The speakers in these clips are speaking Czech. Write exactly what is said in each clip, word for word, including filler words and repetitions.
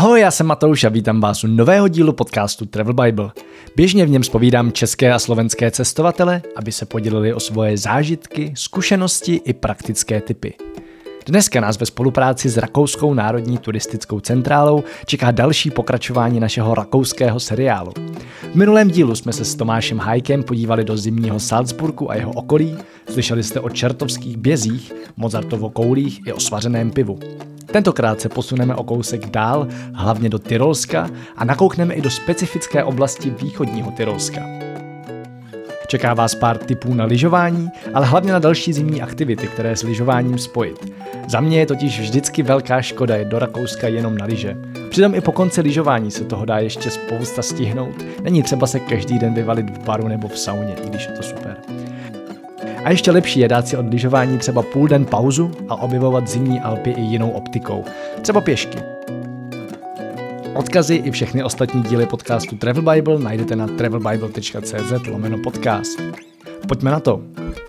Ahoj, já jsem Matouš a vítám vás u nového dílu podcastu Travel Bible. Běžně v něm zpovídám české a slovenské cestovatele, aby se podělili o svoje zážitky, zkušenosti i praktické tipy. Dneska nás ve spolupráci s Rakouskou národní turistickou centrálou čeká další pokračování našeho rakouského seriálu. V minulém dílu jsme se s Tomášem Hajkem podívali do zimního Salzburgu a jeho okolí, slyšeli jste o čertovských bězích, Mozartovo koulích i o svařeném pivu. Tentokrát se posuneme o kousek dál, hlavně do Tyrolska a nakoukneme i do specifické oblasti východního Tyrolska. Čeká vás pár tipů na lyžování, ale hlavně na další zimní aktivity, které s lyžováním spojit. Za mě je totiž vždycky velká škoda jet do Rakouska jenom na lyže. Přitom i po konci lyžování se toho dá ještě spousta stihnout. Není třeba se každý den vyvalit v baru nebo v sauně, i když je to super. A ještě lepší je dát si od lyžování třeba půl den pauzu a objevovat zimní Alpy i jinou optikou. Třeba pěšky. Odkazy i všechny ostatní díly podcastu Travel Bible najdete na travelbible tečka cz lomeno podcast. Pojďme na to.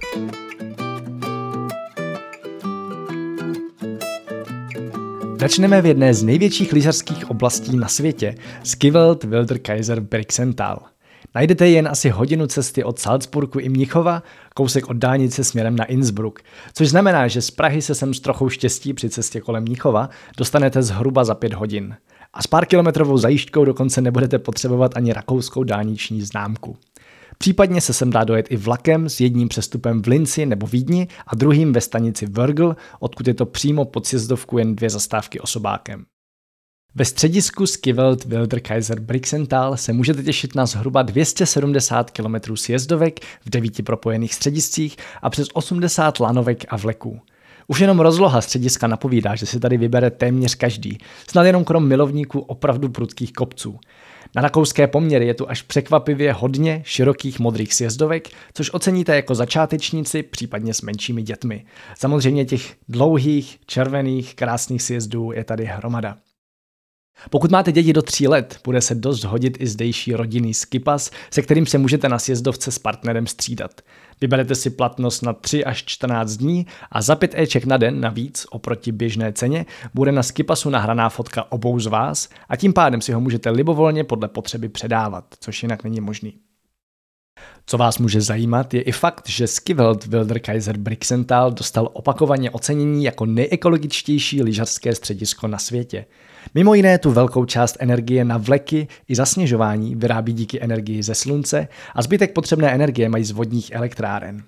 Začneme v jedné z největských lyžařských oblastí na světě, Skivelt Wilder Kaiser Brixental. Najdete jen asi hodinu cesty od Salzburgu i Mnichova, kousek od dálnice směrem na Innsbruck, což znamená, že z Prahy se sem s trochou štěstí při cestě kolem Mnichova dostanete zhruba za pět hodin. A s pár kilometrovou zajížďkou dokonce nebudete potřebovat ani rakouskou dálniční známku. Případně se sem dá dojet i vlakem s jedním přestupem v Linci nebo Vídni a druhým ve stanici Wörgl, odkud je to přímo pod sjezdovku jen dvě zastávky osobákem. Ve středisku Skivelt Wilder Kaiser Brixental se můžete těšit na zhruba dvě stě sedmdesát kilometrů sjezdovek v devíti propojených střediscích a přes osmdesát lanovek a vleků. Už jenom rozloha střediska napovídá, že si tady vybere téměř každý, snad jenom krom milovníků opravdu prudkých kopců. Na rakouské poměry je tu až překvapivě hodně širokých modrých sjezdovek, což oceníte jako začátečníci, případně s menšími dětmi. Samozřejmě těch dlouhých, červených, krásných sjezdů je tady hromada. Pokud máte děti do tří let, bude se dost hodit i zdejší rodinný skipas, se kterým se můžete na sjezdovce s partnerem střídat. Vyberete si platnost na tři až čtrnáct dní a za pět éček na den navíc oproti běžné ceně bude na skipasu nahraná fotka obou z vás a tím pádem si ho můžete libovolně podle potřeby předávat, což jinak není možný. Co vás může zajímat, je i fakt, že Skivelt Wilder Kaiser Brixental dostal opakovaně ocenění jako nejekologičtější lyžařské středisko na světě. Mimo jiné tu velkou část energie na vleky i zasněžování vyrábí díky energii ze slunce a zbytek potřebné energie mají z vodních elektráren.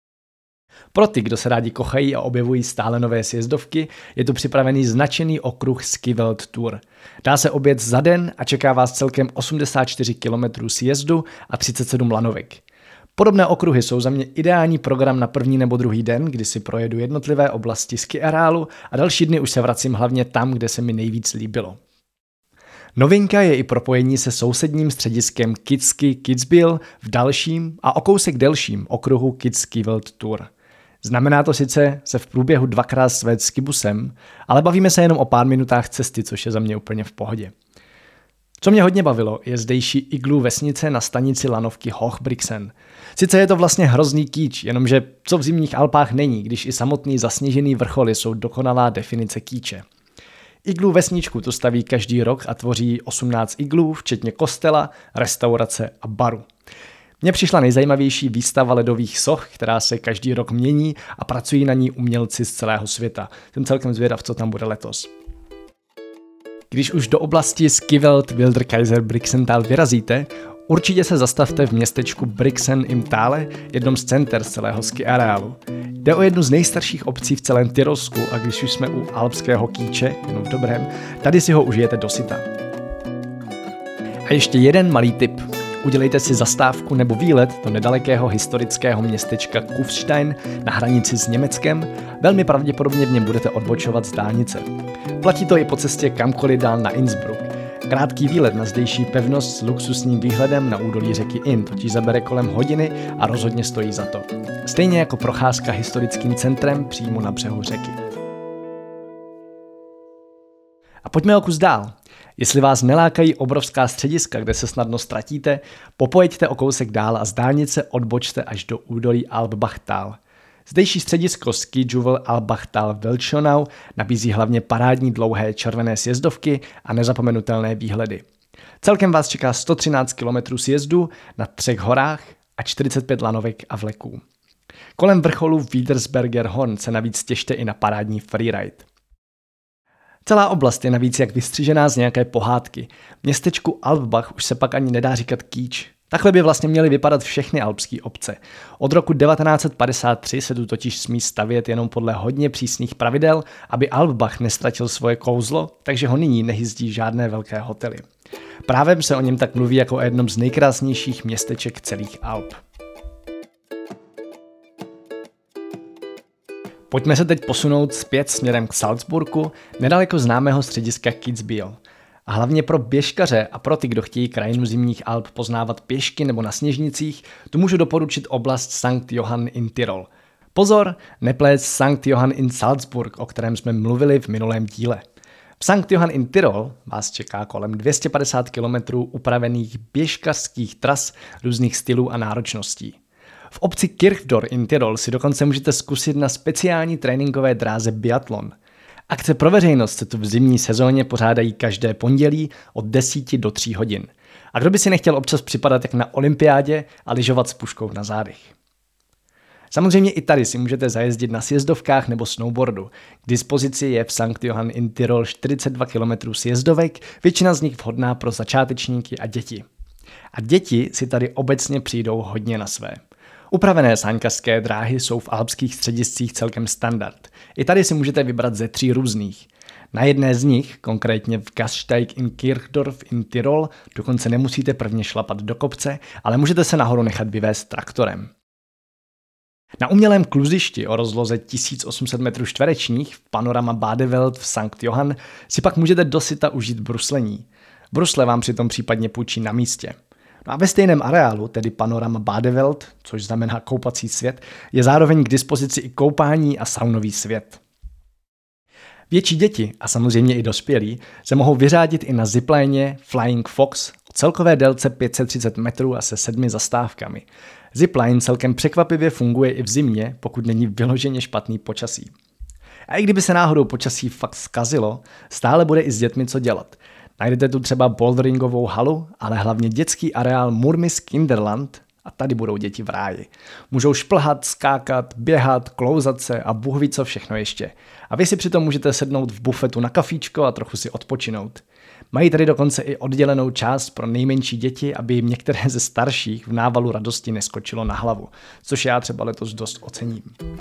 Pro ty, kdo se rádi kochají a objevují stále nové sjezdovky, je tu připravený značený okruh Skivelt Tour. Dá se objet za den a čeká vás celkem osmdesát čtyři kilometrů sjezdu a třicet sedm lanovek. Podobné okruhy jsou za mě ideální program na první nebo druhý den, kdy si projedu jednotlivé oblasti ski areálu a další dny už se vracím hlavně tam, kde se mi nejvíc líbilo. Novinka je i propojení se sousedním střediskem Kitzky Kitzbühel v dalším a o kousek delším okruhu Kitzskivelt Tour. Znamená to sice se v průběhu dvakrát svet skibusem, ale bavíme se jenom o pár minutách cesty, což je za mě úplně v pohodě. Co mě hodně bavilo, je zdejší iglu vesnice na stanici lanovky Hochbrixen. Sice je to vlastně hrozný kýč, jenomže co v zimních Alpách není, když i samotný zasněžený vrcholy jsou dokonalá definice kýče. Iglu vesničku tu staví každý rok a tvoří osmnáct iglů, včetně kostela, restaurace a baru. Mně přišla nejzajímavější výstava ledových soch, která se každý rok mění a pracují na ní umělci z celého světa. Jsem celkem zvědav, co tam bude letos. Když už do oblasti Skivelt Wilder Kaiser Brixental vyrazíte, určitě se zastavte v městečku Brixen im Tale, jednom z center z celého ski areálu. Jde o jednu z nejstarších obcí v celém Tyrolsku a když už jsme u alpského kýče, jenom v dobrém, tady si ho užijete dosyta. A ještě jeden malý tip. Udělejte si zastávku nebo výlet do nedalekého historického městečka Kufstein na hranici s Německem, velmi pravděpodobně v něm budete odbočovat z dálnice. Platí to i po cestě kamkoliv dál na Innsbruck. Krátký výlet na zdejší pevnost s luxusním výhledem na údolí řeky Inn totiž zabere kolem hodiny a rozhodně stojí za to. Stejně jako procházka historickým centrem přímo na břehu řeky. A pojďme o kus dál. Jestli vás nelákají obrovská střediska, kde se snadno ztratíte, popojeďte o kousek dál a z dálnice odbočte až do údolí Alpbachtal. Zdejší středisko Ski Jewel Albachtal Wildschönau nabízí hlavně parádní dlouhé červené sjezdovky a nezapomenutelné výhledy. Celkem vás čeká sto třináct kilometrů sjezdu na třech horách a čtyřicet pět lanovek a vleků. Kolem vrcholu Wiedersberger Horn se navíc těšte i na parádní freeride. Celá oblast je navíc jak vystřižená z nějaké pohádky. Městečku Alpbach už se pak ani nedá říkat kýč. Takhle by vlastně měly vypadat všechny alpské obce. Od roku devatenáct set padesát tři se tu totiž smí stavět jenom podle hodně přísných pravidel, aby Alpbach nestratil svoje kouzlo, takže ho nyní nehyzdí žádné velké hotely. Právem se o něm tak mluví jako o jednom z nejkrásnějších městeček celých Alp. Pojďme se teď posunout zpět směrem k Salzburgu, nedaleko známého střediska Kitzbühel. A hlavně pro běžkaře a pro ty, kdo chtějí krajinu zimních Alp poznávat pěšky nebo na sněžnicích, tu můžu doporučit oblast Sankt Johann in Tirol. Pozor, neplést Sankt Johann in Salzburg, o kterém jsme mluvili v minulém díle. V Sankt Johann in Tirol vás čeká kolem dvě stě padesát kilometrů upravených běžkařských tras různých stylů a náročností. V obci Kirchdorf in Tirol si dokonce můžete zkusit na speciální tréninkové dráze biatlon. Akce pro veřejnost se tu v zimní sezóně pořádají každé pondělí od deseti do tří hodin. A kdo by si nechtěl občas připadat jak na olympiádě a lyžovat s puškou na zádech. Samozřejmě i tady si můžete zajezdit na sjezdovkách nebo snowboardu. K dispozici je v Sankt Johann in Tirol čtyřicet dva kilometrů sjezdovek, většina z nich vhodná pro začátečníky a děti. A děti si tady obecně přijdou hodně na své. Upravené sáňkařské dráhy jsou v alpských střediscích celkem standard. I tady si můžete vybrat ze tří různých. Na jedné z nich, konkrétně v Gasteig in Kirchdorf in Tirol, dokonce nemusíte prvně šlapat do kopce, ale můžete se nahoru nechat vyvést traktorem. Na umělém kluzišti o rozloze tisíc osm set metrů čtverečních v Panorama Badewelt v Sankt Johann si pak můžete dosyta užít bruslení. Brusle vám přitom případně půjčí na místě. No a ve stejném areálu, tedy Panorama Badewelt, což znamená koupací svět, je zároveň k dispozici i koupání a saunový svět. Větší děti a samozřejmě i dospělí se mohou vyřádit i na zipline Flying Fox o celkové délce pět set třicet metrů a se sedmi zastávkami. Zipline celkem překvapivě funguje i v zimě, pokud není vyloženě špatný počasí. A i kdyby se náhodou počasí fakt zkazilo, stále bude i s dětmi co dělat. Najdete tu třeba boulderingovou halu, ale hlavně dětský areál Murmis Kinderland a tady budou děti v ráji. Můžou šplhat, skákat, běhat, klouzat se a bůh ví co všechno ještě. A vy si přitom můžete sednout v bufetu na kafíčko a trochu si odpočinout. Mají tady dokonce i oddělenou část pro nejmenší děti, aby jim některé ze starších v návalu radosti neskočilo na hlavu, což já třeba letos dost ocením.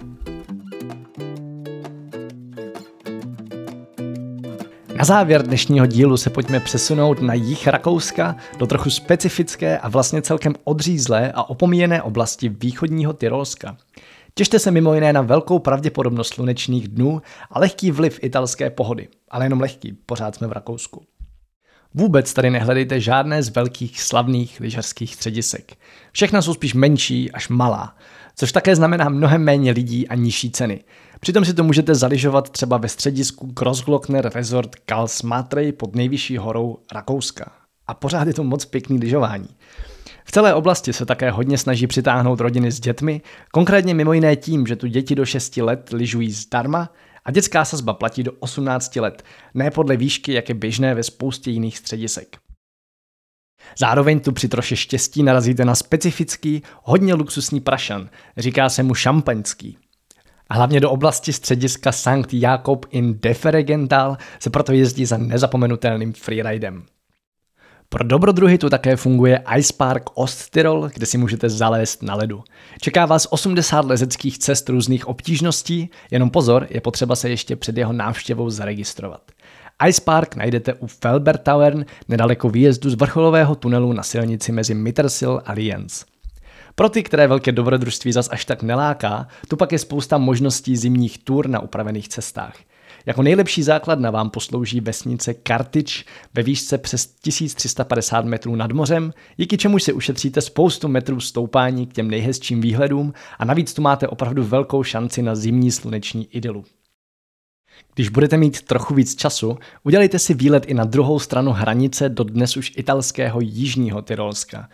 Na závěr dnešního dílu se pojďme přesunout na jih Rakouska do trochu specifické a vlastně celkem odřízlé a opomíjené oblasti východního Tyrolska. Těšte se mimo jiné na velkou pravděpodobnost slunečných dnů a lehký vliv italské pohody, ale jenom lehký, pořád jsme v Rakousku. Vůbec tady nehledejte žádné z velkých slavných lyžařských středisek. Všechna jsou spíš menší až malá, což také znamená mnohem méně lidí a nižší ceny. Přitom si to můžete zalyžovat třeba ve středisku Grossglockner Resort Karlsmatrey pod nejvyšší horou Rakouska. A pořád je to moc pěkný lyžování. V celé oblasti se také hodně snaží přitáhnout rodiny s dětmi, konkrétně mimo jiné tím, že tu děti do šesti let lyžují zdarma a dětská sazba platí do osmnácti let, ne podle výšky, jak je běžné ve spoustě jiných středisek. Zároveň tu při troše štěstí narazíte na specifický, hodně luxusní prašan, říká se mu šampaňský. A hlavně do oblasti střediska Sankt Jakob in Deferegental se proto jezdí za nezapomenutelným freeridem. Pro dobrodruhy tu také funguje Ice Park Osttyrol, kde si můžete zalézt na ledu. Čeká vás osmdesát lezeckých cest různých obtížností, jenom pozor, je potřeba se ještě před jeho návštěvou zaregistrovat. Ice Park najdete u Felbertauern, nedaleko výjezdu z vrcholového tunelu na silnici mezi Mittersill a Lienz. Pro ty, které velké dobrodružství zas až tak neláká, tu pak je spousta možností zimních tur na upravených cestách. Jako nejlepší základna vám poslouží vesnice Kartič ve výšce přes tisíc tři sta padesát metrů nad mořem, díky čemuž si ušetříte spoustu metrů stoupání k těm nejhezčím výhledům a navíc tu máte opravdu velkou šanci na zimní sluneční idylu. Když budete mít trochu víc času, udělejte si výlet i na druhou stranu hranice do dnes už italského jižního Tyrolska.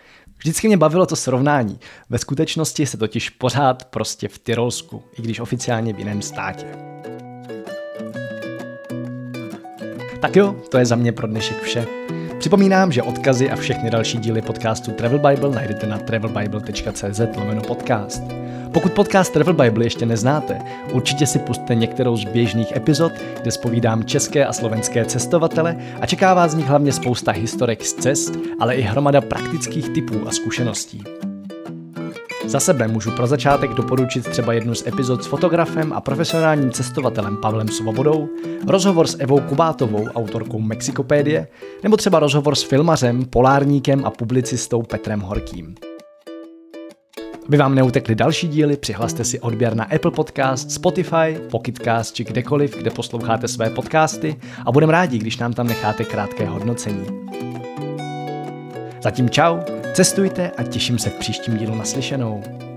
Vždycky mě bavilo to srovnání. Ve skutečnosti se totiž pořád prostě v Tyrolsku, i když oficiálně v jiném státě. Tak jo, to je za mě pro dnešek vše. Připomínám, že odkazy a všechny další díly podcastu Travel Bible najdete na travelbible tečka cz lomeno podcast. Pokud podcast Travel Bible ještě neznáte, určitě si pusťte některou z běžných epizod, kde zpovídám české a slovenské cestovatele a čeká vás z nich hlavně spousta historek z cest, ale i hromada praktických tipů a zkušeností. Za sebe můžu pro začátek doporučit třeba jednu z epizod s fotografem a profesionálním cestovatelem Pavlem Svobodou, rozhovor s Evou Kubátovou, autorkou Mexikopédie, nebo třeba rozhovor s filmařem, polárníkem a publicistou Petrem Horkým. Aby vám neutekly další díly, přihlaste si odběr na Apple Podcast, Spotify, Pocket Cast či kdekoliv, kde posloucháte své podcasty a budeme rádi, když nám tam necháte krátké hodnocení. Zatím čau, cestujte a těším se v příštím dílu naslyšenou.